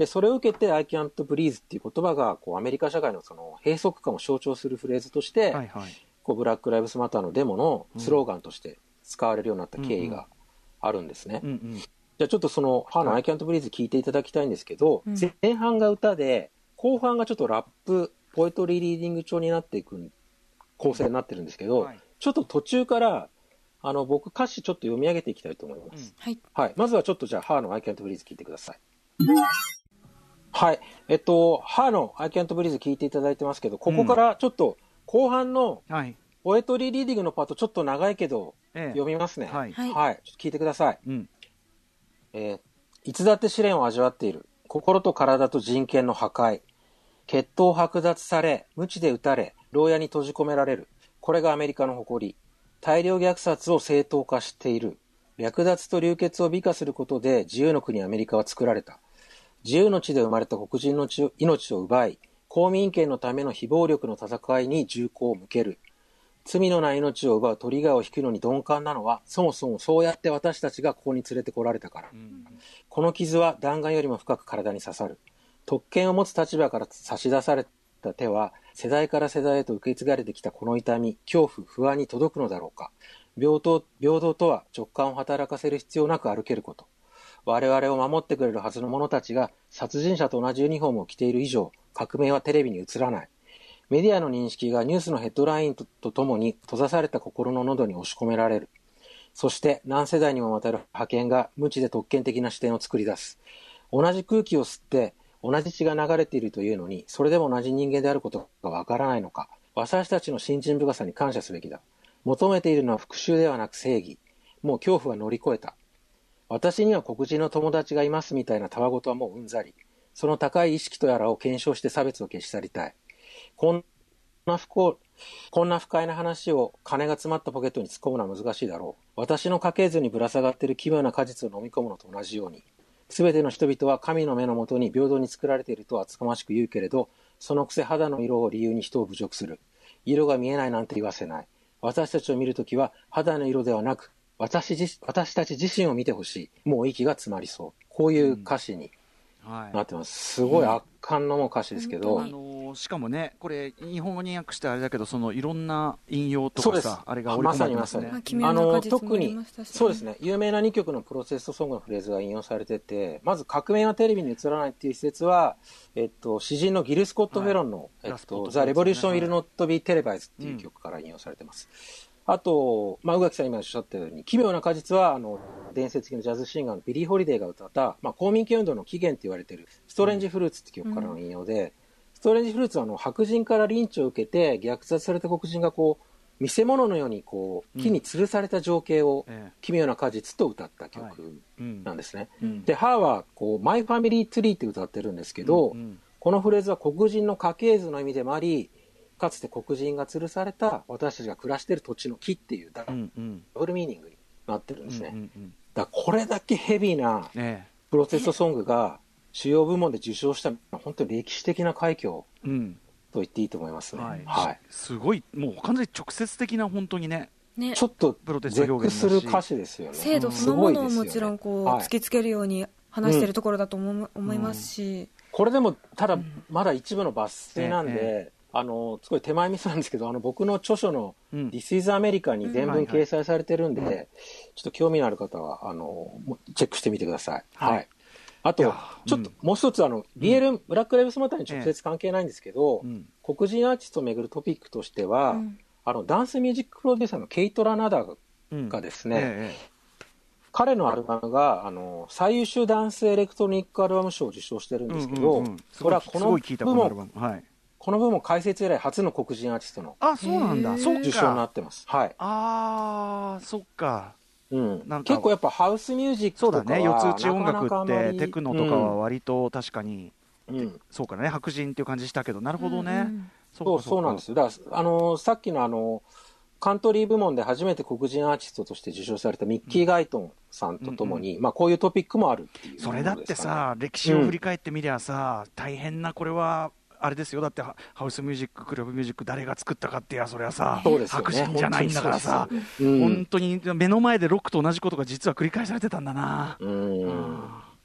で、それを受けて I can't breathe っていう言葉がこうアメリカ社会のその閉塞感を象徴するフレーズとして、はいはい、こうブラック・ライブズ・マターのデモのスローガンとして使われるようになった経緯があるんですね。うんうん、じゃあちょっとそのハーの I can't breathe 聞いていただきたいんですけど、前半が歌で、後半がちょっとラップ、ポエトリーリーディング調になっていく構成になってるんですけど、はい、ちょっと途中から僕歌詞ちょっと読み上げていきたいと思います。はい。はい。まずはちょっとじゃあハーの I can't breathe 聞いてください。はい。ハーの I can't breathe 聞いていただいてますけど、ここからちょっと後半のポエトリーリーディングのパートちょっと長いけど、読みますね。はい。はい。ちょっと聞いてください。うん。いつだって試練を味わっている。心と体と人権の破壊。血統剥奪され、鞭で打たれ、牢屋に閉じ込められる。これがアメリカの誇り。大量虐殺を正当化している。略奪と流血を美化することで自由の国アメリカは作られた。自由の地で生まれた黒人の命を奪い、公民権のための非暴力の戦いに銃口を向ける。罪のない命を奪うトリガーを引くのに鈍感なのは、そもそもそうやって私たちがここに連れてこられたから。この傷は弾丸よりも深く体に刺さる。特権を持つ立場から差し出された手は、世代から世代へと受け継がれてきたこの痛み、恐怖、不安に届くのだろうか。平等とは直感を働かせる必要なく歩けること。我々を守ってくれるはずの者たちが殺人者と同じユニフォームを着ている以上、革命はテレビに映らない。メディアの認識がニュースのヘッドラインとともに閉ざされた心の喉に押し込められる。そして何世代にもわたる覇権が無知で特権的な視点を作り出す。同じ空気を吸って同じ血が流れているというのに、それでも同じ人間であることがわからないのか。私たちの信心深さに感謝すべきだ。求めているのは復讐ではなく正義。もう恐怖は乗り越えた。私には黒人の友達がいますみたいなたわごとはもううんざり。その高い意識とやらを検証して差別を消し去りたい。こんな不快な話を金が詰まったポケットに突っ込むのは難しいだろう。私の家系図にぶら下がっている奇妙な果実を飲み込むのと同じように。すべての人々は神の目のもとに平等に作られていると厚かましく言うけれど、そのくせ肌の色を理由に人を侮辱する。色が見えないなんて言わせない。私たちを見るときは肌の色ではなく、私たち自身を見てほしい。もう息が詰まりそう。こういう歌詞になってます。すごい圧巻の歌詞ですけど、 しかもね、これ日本語に訳してあれだけど、そのいろんな引用とかさ、あれが織り込まれてますね。 特にそうですね、有名な2曲のプロテストソングのフレーズが引用されてて、まず革命はテレビに映らないっていう施設は、詩人のギル・スコット・フェロンの、The Revolution Will Not Be Televised っていう曲から引用されてます。あと、宇垣さん今おっしゃったように、奇妙な果実は伝説的なジャズシンガーのビリー・ホリデーが歌った、公民権運動の起源と言われているストレンジ・フルーツって曲からの引用で、ストレンジ・フルーツは白人からリンチを受けて虐殺された黒人がこう見せ物のようにこう木に吊るされた情景を奇妙な果実と歌った曲なんですね。で、ハーはこうマイ・ファミリー・ツリーって歌ってるんですけど、このフレーズは黒人の家系図の意味でもあり、かつて黒人が吊るされた私たちが暮らしている土地の木っていうダブルミーニングになってるんですね。だからこれだけヘビーなプロテストソングが主要部門で受賞した本当に歴史的な快挙と言っていいと思いますね。はい、 すごい、もう完全に直接的な本当にね、 ちょっと絶句する歌詞ですよね。 制度そのものをもちろんこう突きつけるように話しているところだと思いますし、 これでもただまだ一部の抜粋なんで、すごい手前味噌なんですけど、僕の著書の This is America に全文掲載されてるんで、ちょっと興味のある方はチェックしてみてください。はい。あと、ちょっともう一つBL、ブラック・ライブズ・マターに直接関係ないんですけど、黒人アーティストをめぐるトピックとしては、ダンスミュージックプロデューサーのケイト・ラナダがですね、彼のアルバムが最優秀ダンスエレクトロニックアルバム賞を受賞してるんですけど、これはこの部門開設以来初の黒人アーティストの受賞になってます。はい。 そっか。 結構やっぱハウスミュージックとかはそうだね、四つ打ち音楽ってテクノとかは割と確かに、そうかね、白人っていう感じしたけど、なるほどね。 そうなんですよ。だからさっきのカントリー部門で初めて黒人アーティストとして受賞されたミッキー・ガイトンさんとともに、こういうトピックもあるっていう、 それだってさ、歴史を振り返ってみりゃさ、大変なこれはあれですよ。だってハウスミュージック、クラブミュージック誰が作ったかってそれはさ、白人じゃないんだからさ、本当に目の前でロックと同じことが実は繰り返されてたんだな。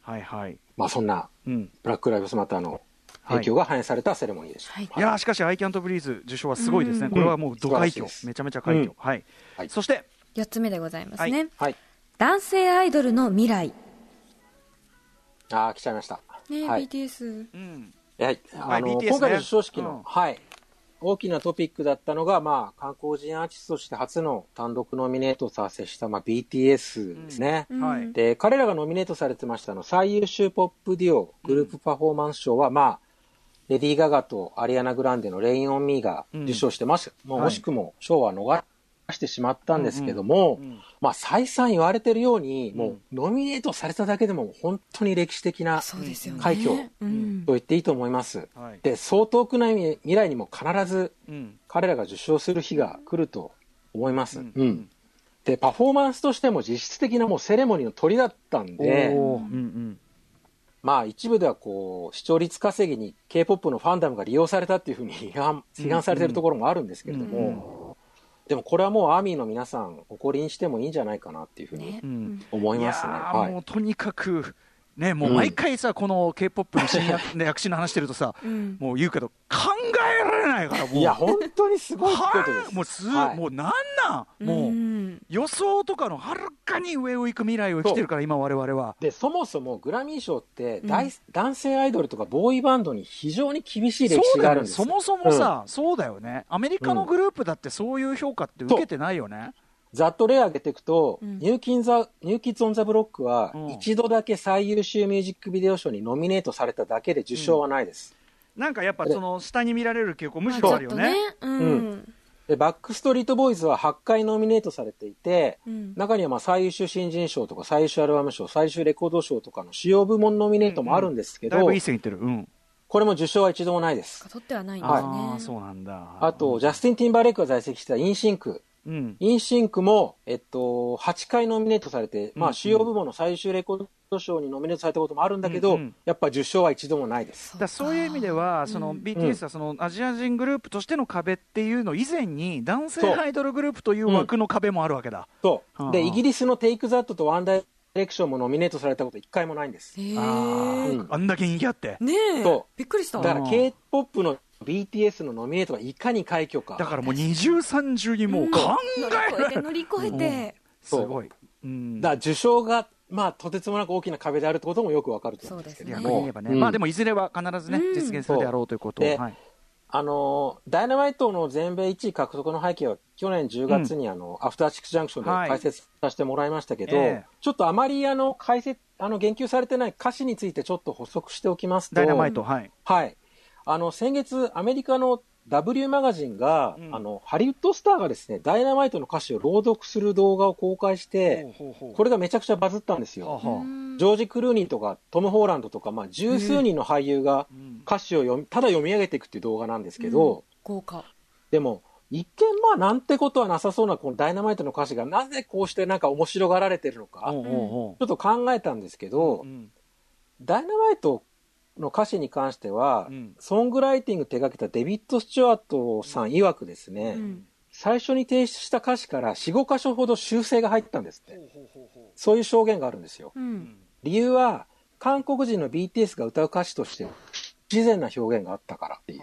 はいはい。 まあそんな、ブラック・ライブスマターの影響が反映されたセレモニーでした。 いやしかし、アイキャントブリーズ受賞はすごいですね。これはもうド快挙。めちゃめちゃ快挙。はい。そして、 4つ目でございますね。男性アイドルの未来。 来ちゃいました。 ね、BTS。 はい。今回の授賞式の、大きなトピックだったのが、まあ、韓国人アーティストとして初の単独ノミネートを達成した、まあ、BTS ですね。で、彼らがノミネートされてました最優秀ポップデュオグループパフォーマンス賞は、まあ、レディー・ガガとアリアナ・グランデのレイン・オン・ミーが受賞してました。もう惜しくも賞は逃してしまったんですけども、まあ、再三言われてるように、もう、ノミネートされただけでも、本当に歴史的な快挙と言っていいと思います。で、そう遠くない未来にも必ず、彼らが受賞する日が来ると思います。で、パフォーマンスとしても実質的なもうセレモニーの鳥だったんで、まあ一部ではこう視聴率稼ぎに K-POP のファンダムが利用されたっていうふうに批判されているところもあるんですけれども、でもこれはもうアーミーの皆さん誇りにしてもいいんじゃないかなっていうふうに思いますね。 もうとにかくね、もう毎回さ、この K-POP の新躍進の話してるとさ、もう言うけど考えられないからもう。 いや本当にすごいことです。 もうもう予想とかのはるかに上を行く未来を生きてるから今我々は。 でそもそもグラミー賞って男性アイドルとかボーイバンドに非常に厳しい歴史があるんです。 そもそもさ、そうだよね。アメリカのグループだってそういう評価って受けてないよね。 ざっと例挙げていくと、ニューキッズ・オン・ザ・ブロックは一度だけ最優秀ミュージックビデオ賞にノミネートされただけで受賞はないです。 なんかやっぱその下に見られる傾向むしろあるよね。 でバックストリートボーイズは8回ノミネートされていて、中にはまあ最優秀新人賞とか最優秀アルバム賞、最優秀レコード賞とかの主要部門ノミネートもあるんですけど、 だいぶいい線いってる。 これも受賞は一度もないです。 取ってはないんですね。 そうなんだ。 あとジャスティン・ティンバーレイクが在籍したインシンク。インシンクも、8回ノミネートされて、まあ、主要部門の最優秀レコード賞にノミネートされたこともあるんだけど、やっぱ受賞は一度もないです。 そういう意味では、その BTS はそのアジア人グループとしての壁っていうの以前に、男性アイドルグループという枠の壁もあるわけだ。 で、イギリスのテイクザットとワンダイレクションもノミネートされたこと一回もないんです。 あんだけ人気あって。 ねえ。びっくりした。 だから K-POP のBTS のノミネートがいかに快挙か。 だからもう二重三重にもう考え乗り越えてすごい。 だから受賞がまあとてつもなく大きな壁であるってこともよくわかると思うんですけども、 まあでもいずれは必ずね実現するであろうということを。ダイナマイトの全米1位獲得の背景は去年10月にアフターシックスジャンクションで解説させてもらいましたけど、ちょっとあまり言及されてない歌詞についてちょっと補足しておきますと、 ダイナマイト、 先月アメリカの W マガジンが、ハリウッドスターがですねダイナマイトの歌詞を朗読する動画を公開して、これがめちゃくちゃバズったんですよ。ジョージ・クルーニーとかトム・ホーランドとか、まあ、十数人の俳優が歌詞をただ読み上げていくっていう動画なんですけど、 豪華。 でも一見まあなんてことはなさそうなこのダイナマイトの歌詞がなぜこうしてなんか面白がられてるのか、ちょっと考えたんですけど、ダイナマイトの歌詞に関しては、ソングライティング手掛けたデビッド・スチュワートさん曰くですね、最初に提出した歌詞から 4,5 箇所ほど修正が入ったんですって。そういう証言があるんですよ。理由は韓国人の BTS が歌う歌詞として不自然な表現があったからっていう。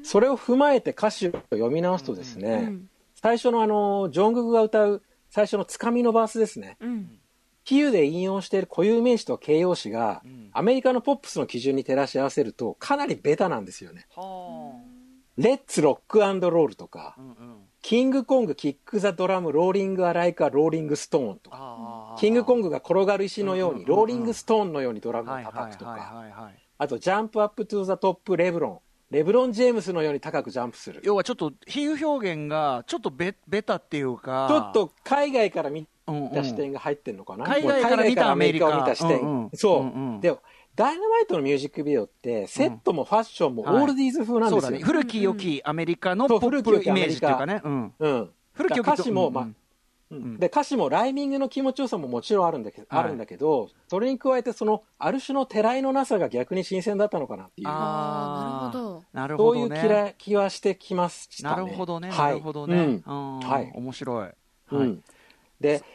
それを踏まえて歌詞を読み直すとですね、最初のジョングクが歌う最初のつかみのバースですね、比喩で引用している固有名詞と形容詞が、アメリカのポップスの基準に照らし合わせるとかなりベタなんですよね。レッツロックアンドロールとか、キングコングキックザドラムローリングアライカローリングストーンとか、キングコングが転がる石のように、ローリングストーンのようにドラムを叩くとか、あとジャンプアップトゥザトップレブロン・ジェームスのように高くジャンプする。 要はちょっと比喩表現がちょっとベタっていうか、 ちょっと海外から見た視点が入ってるのかな、 海外から見たアメリカを見た視点、でダイナマイトのミュージックビデオってセットもファッションもオールディーズ風なんですよ、 古き良きアメリカのポップイメージっていうかね、 古き良き歌詞もで歌詞もライミングの気持ちよさももちろんあるんだけど、それに加えてそのある種のてらいのなさが逆に新鮮だったのかなっていう、 なるほど、 そういう気はしてきましたね。 なるほどね、なるほどね、面白い。 で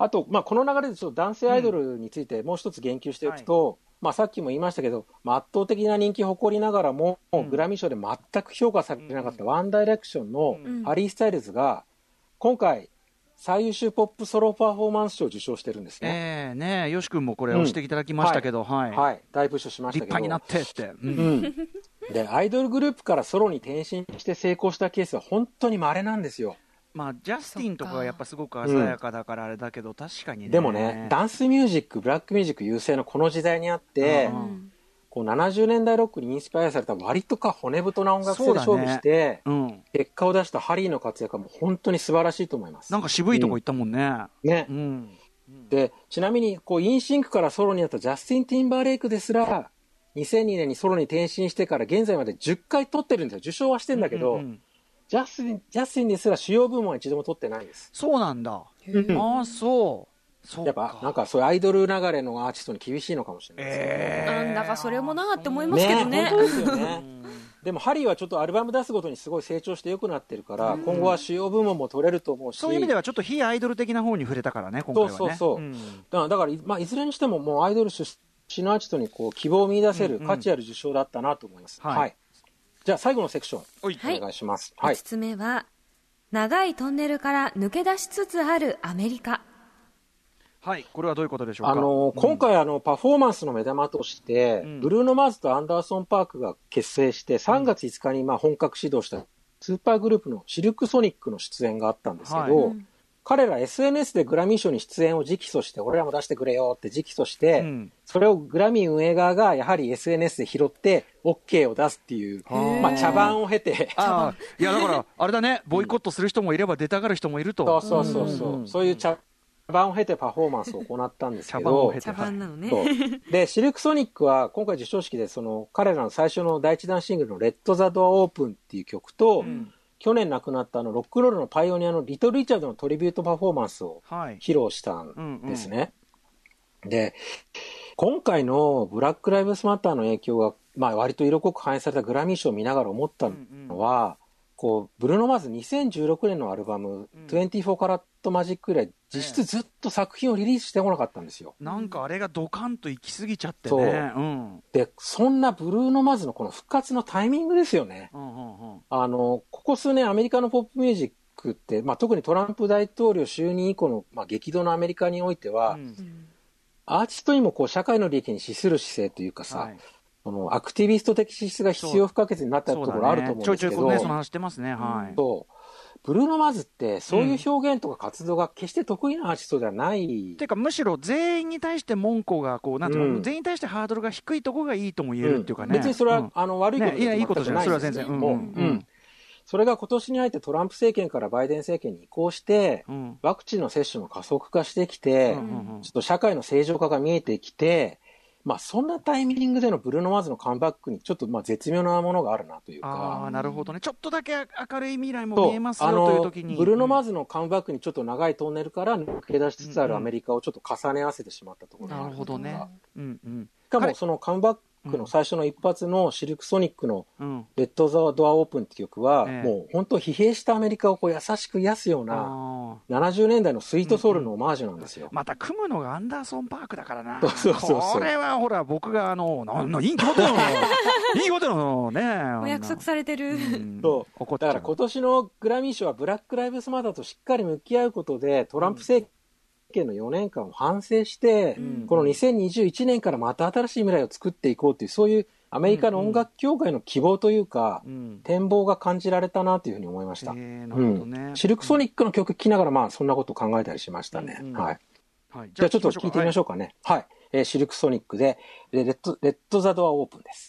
あと、この流れでちょっと男性アイドルについてもう一つ言及しておくと、さっきも言いましたけど、圧倒的な人気を誇りながらも、グラミー賞で全く評価されてなかったワンダイレクションのハリー・スタイルズが、今回、最優秀ポップソロパフォーマンス賞を受賞してるんですね。 よし君もこれ押していただきましたけど、 大プッシュしましたけど。 立派になってって。 で、アイドルグループからソロに転身して成功したケースは本当に稀なんですよ。 ジャスティンとかがやっぱすごく鮮やかだからあれだけど、確かにね。 でもね、ダンスミュージック、ブラックミュージック優勢のこの時代にあって、こう70年代ロックにインスパイアされた割とか骨太な音楽性で勝負して、結果を出したハリーの活躍はもう本当に素晴らしいと思います。 なんか渋いとこ行ったもんね。 で、ちなみにこうインシンクからソロになったジャスティン・ティンバーレイクですら、2002年にソロに転身してから現在まで10回取ってるんですよ。受賞はしてんだけど、ジャスティンですら主要部門は一度も取ってないんです。 そうなんだ。そうやっぱなんかそういうアイドル流れのアーティストに厳しいのかもしれないですね。 なんだかそれもなって思いますけどね。 本当ですよね。でもハリーはちょっとアルバム出すごとにすごい成長して良くなってるから、今後は主要部門も取れると思うし、 そういう意味ではちょっと非アイドル的な方に触れたからね、今回はね。 だからいずれにしてももうアイドル出身のアーティストにこう希望を見出せる価値ある受賞だったなと思います。じゃあ最後のセクションお願いします。 5つ目は長いトンネルから抜け出しつつあるアメリカ。 これはどういうことでしょうか。 今回パフォーマンスの目玉として、ブルーノ・マーズとアンダーソン・パークが結成して3月5日に本格始動したスーパーグループのシルクソニックの出演があったんですけど、彼ら SNS でグラミー賞に出演を直訴して、俺らも出してくれよって直訴して、それをグラミー運営側がやはり SNS で拾って OK を出すっていう、茶番を経て。 いやだからあれだね、ボイコットする人もいれば出たがる人もいると。 そういう茶番を経てパフォーマンスを行ったんですけど、 茶番なのね。 で、シルクソニックは今回授賞式で彼らの最初の第一弾シングルのレッド・ザ・ドア・オープンっていう曲と、去年亡くなったロックロールのパイオニアのリトル・リチャードのトリビュートパフォーマンスを披露したんですね。で、今回のブラック・ライブスマターの影響が、割と色濃く反映されたグラミー賞を見ながら思ったのは、ブルーノ・マーズ2016年のアルバム、24カラットマジック以来、実質ずっと作品をリリースしてこなかったんですよ。 なんかあれがドカンと行き過ぎちゃってね。 で、そんなブルーノ・マーズのこの復活のタイミングですよね。ここ数年アメリカのポップミュージックって、特にトランプ大統領就任以降の、激動のアメリカにおいては、アーティストにも社会の利益に資する姿勢というかさ、アクティビスト的資質が必要不可欠になったところあると思うんですけど、 ちょいちょいその話してますね。 ブルーノ・マーズってそういう表現とか活動が決して得意なアーティストではない。 ていうかむしろ全員に対して文句がなんていうの、全員に対してハードルが低いところがいいとも言えるっていうかね。 別にそれは、悪いことじゃいいことじゃない。それは全然。 それが今年に入ってトランプ政権からバイデン政権に移行して、ワクチンの接種も加速化してきて、ちょっと社会の正常化が見えてきて、そんなタイミングでのブルーノ・マーズのカムバックにちょっと絶妙なものがあるなというか。 なるほどね。ちょっとだけ明るい未来も見えますよという時に。 ブルーノ・マーズのカムバックにちょっと長いトンネルから抜け出しつつあるアメリカをちょっと重ね合わせてしまったところがある。 なるほどね。 しかもそのカムバックの最初の一発のシルクソニックのレッド・ザ・ドア・オープンって曲は、もう本当疲弊したアメリカを優しく癒すような70年代のスイートソウルのオマージュなんですよ。 また組むのがアンダーソン・パークだからな。 これはほら僕がいいことだよね。 お約束されてる。 だから今年のグラミー賞はブラック・ライブスマターとしっかり向き合うことでトランプ政権の4年間を反省して、この2021年からまた新しい未来を作っていこうという、そういうアメリカの音楽協会の希望というか、展望が感じられたなというふうに思いました。シルクソニックの曲聴きながらそんなことを考えたりしましたね。じゃあちょっと聞いてみましょうかね。シルクソニックでレッド・ザ・ドア・オープンです。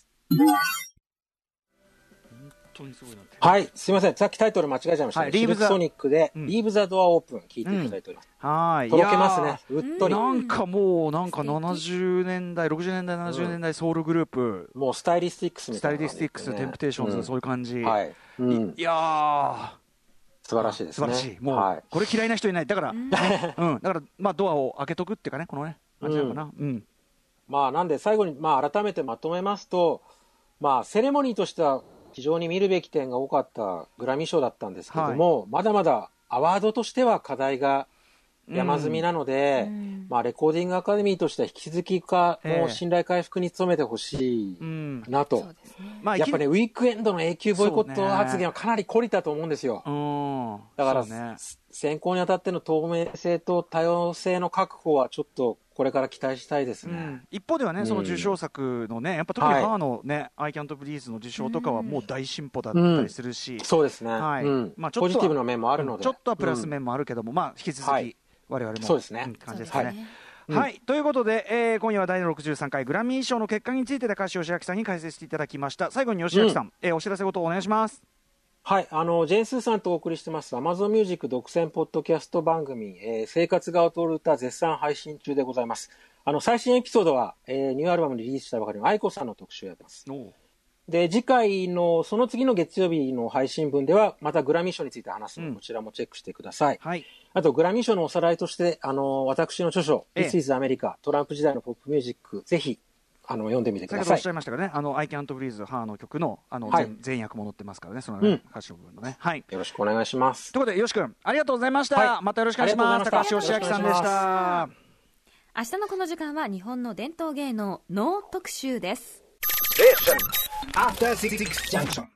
すいません。さっきタイトル間違えちゃいましたね。シルクソニックで、リーブ・ザ・ドア・オープン聞いていただいております。とろけますね。うっとり。 なんかもう、70年代、60年代、70年代ソウルグループ。 もうスタイリスティックスみたいな。 スタイリスティックス、テンプテーションズ、そういう感じ。いやー。 素晴らしいですね。 素晴らしい。もう、これ嫌いな人いない。だから、だから、ドアを開けとくっていうかね、このね、感じなのかな。 なんで最後に、改めてまとめますと、セレモニーとしては、非常に見るべき点が多かったグラミー賞だったんですけども、まだまだアワードとしては課題が山積みなので、まあ、レコーディングアカデミーとしては引き続きもう信頼回復に努めてほしいなと。まあ、やっぱね、ウィークエンドの永久ボイコット発言はかなり懲りたと思うんですよ。だから、選考にあたっての透明性と多様性の確保はちょっとこれから期待したいですね。 一方ではね、その受賞作のね、やっぱ特にハーのね、I Can't Breathe の受賞とかはもう大進歩だったりするし、 そうですね。 まあポジティブな面もあるので、 ちょっとはプラス面もあるけども、まあ引き続き我々もそうですね。 感じですかね。はい、ということで、今夜は第63回グラミー賞の結果について高橋義明さんに解説していただきました。最後に義明さん、お知らせごとお願いします。 はい、ジェーンスーさんとお送りしてます Amazon Music 独占ポッドキャスト番組、生活が劣る歌絶賛配信中でございます。最新エピソードは、ニューアルバムにリリースしたばかりの愛子さんの特集をやってます。で、次回のその次の月曜日の配信分ではまたグラミー賞について話すので、こちらもチェックしてください。はい、あとグラミー賞のおさらいとして私の著書、This is America トランプ時代のポップミュージック、ぜひ読んでみてください。 先ほどおっしゃいましたからね、I Can't Breathe ハーの曲の前訳も載ってますからね、そのね、歌詞の部分のね。はい。 よろしくお願いします。 ということで、よし君、ありがとうございました。またよろしくお願いします。高橋義明さんでした。 明日のこの時間は日本の伝統芸能能特集です。